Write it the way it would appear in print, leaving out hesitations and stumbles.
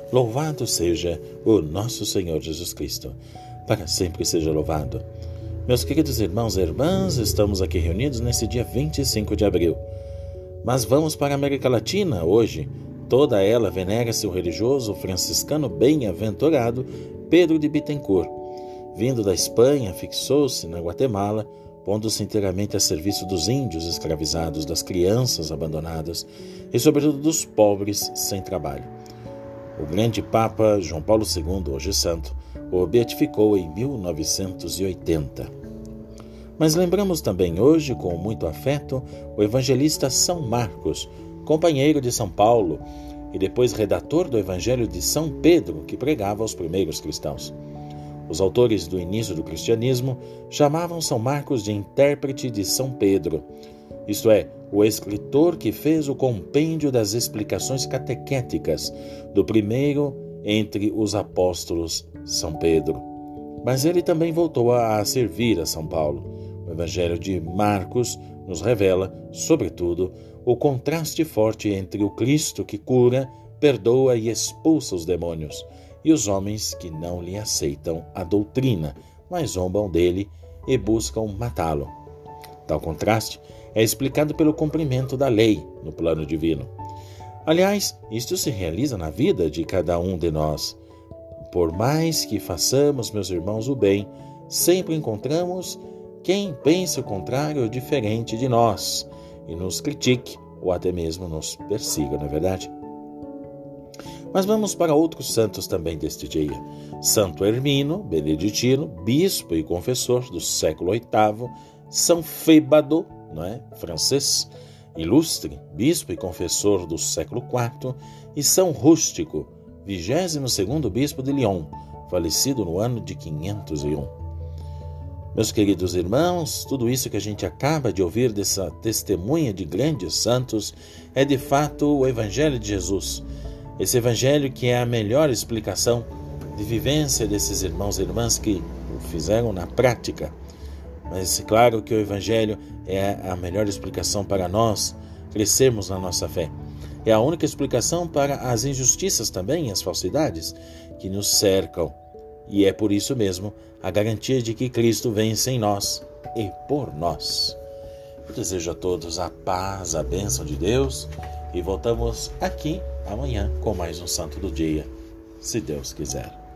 Louvado seja o nosso Senhor Jesus Cristo. Para sempre seja louvado. Meus queridos irmãos e irmãs, estamos aqui reunidos nesse dia 25 de abril. Mas vamos para a América Latina hoje. Toda ela venera-se o religioso franciscano bem-aventurado Pedro de Bittencourt. Vindo da Espanha, fixou-se na Guatemala, pondo-se inteiramente a serviço dos índios escravizados, das crianças abandonadas e, sobretudo, dos pobres sem trabalho. O grande Papa João Paulo II, hoje santo, o beatificou em 1980. Mas lembramos também hoje, com muito afeto, o evangelista São Marcos, companheiro de São Paulo e depois redator do Evangelho de São Pedro, que pregava aos primeiros cristãos. Os autores do início do cristianismo chamavam São Marcos de intérprete de São Pedro, isto é, o escritor que fez o compêndio das explicações catequéticas do primeiro entre os apóstolos, São Pedro. Mas ele também voltou a servir a São Paulo. O Evangelho de Marcos nos revela, sobretudo, o contraste forte entre o Cristo que cura, perdoa e expulsa os demônios e os homens que não lhe aceitam a doutrina, mas zombam dele e buscam matá-lo. Tal contraste é explicado pelo cumprimento da lei no plano divino. Aliás, isto se realiza na vida de cada um de nós. Por mais que façamos, meus irmãos, o bem, sempre encontramos quem pense o contrário ou diferente de nós e nos critique ou até mesmo nos persiga, não é verdade? Mas vamos para outros santos também deste dia. Santo Hermino, beneditino, bispo e confessor do século VIII, São Fébado, francês, ilustre, bispo e confessor do século IV, e São Rústico, 22º bispo de Lyon, falecido no ano de 501. Meus queridos irmãos, tudo isso que a gente acaba de ouvir dessa testemunha de grandes santos é de fato o Evangelho de Jesus. Esse Evangelho que é a melhor explicação de vivência desses irmãos e irmãs que o fizeram na prática. Mas claro que o Evangelho é a melhor explicação para nós crescermos na nossa fé. É a única explicação para as injustiças também e as falsidades que nos cercam. E é por isso mesmo a garantia de que Cristo vence em nós e por nós. Eu desejo a todos a paz, a bênção de Deus e voltamos aqui amanhã com mais um Santo do Dia, se Deus quiser.